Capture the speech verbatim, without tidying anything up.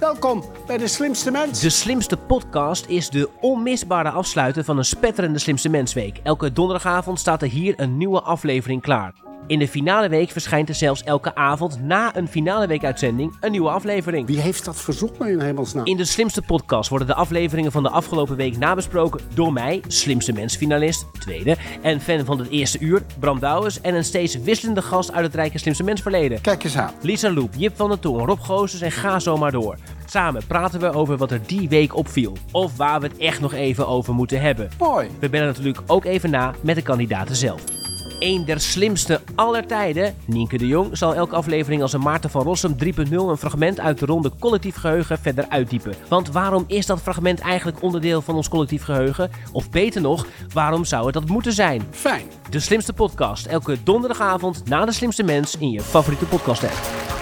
Welkom bij De Slimste Mens. De Slimste Podcast is de onmisbare afsluiter van een spetterende Slimste Mensweek. Elke donderdagavond staat er hier een nieuwe aflevering klaar. In de finale week verschijnt er zelfs elke avond na een finale weekuitzending een nieuwe aflevering. Wie heeft dat verzonnen in hemelsnaam? In de Slimste Podcast worden de afleveringen van de afgelopen week nabesproken door mij, Slimste Mens-finalist, tweede, en fan van het eerste uur, Bram Douwes, en een steeds wisselende gast uit het rijke Slimste Mens-verleden. Kijk eens aan. Lisa Loep, Jip van der Toorn, Rob Goossens en ga zo maar door. Samen praten we over wat er die week opviel. Of waar we het echt nog even over moeten hebben. Mooi. We bellen natuurlijk ook even na met de kandidaten zelf. Eén der slimste aller tijden, Nienke de Jong, zal elke aflevering als een Maarten van Rossum drie punt nul een fragment uit de ronde collectief geheugen verder uitdiepen. Want waarom is dat fragment eigenlijk onderdeel van ons collectief geheugen? Of beter nog, waarom zou het dat moeten zijn? Fijn. De Slimste Podcast, elke donderdagavond na De Slimste Mens in je favoriete podcast app.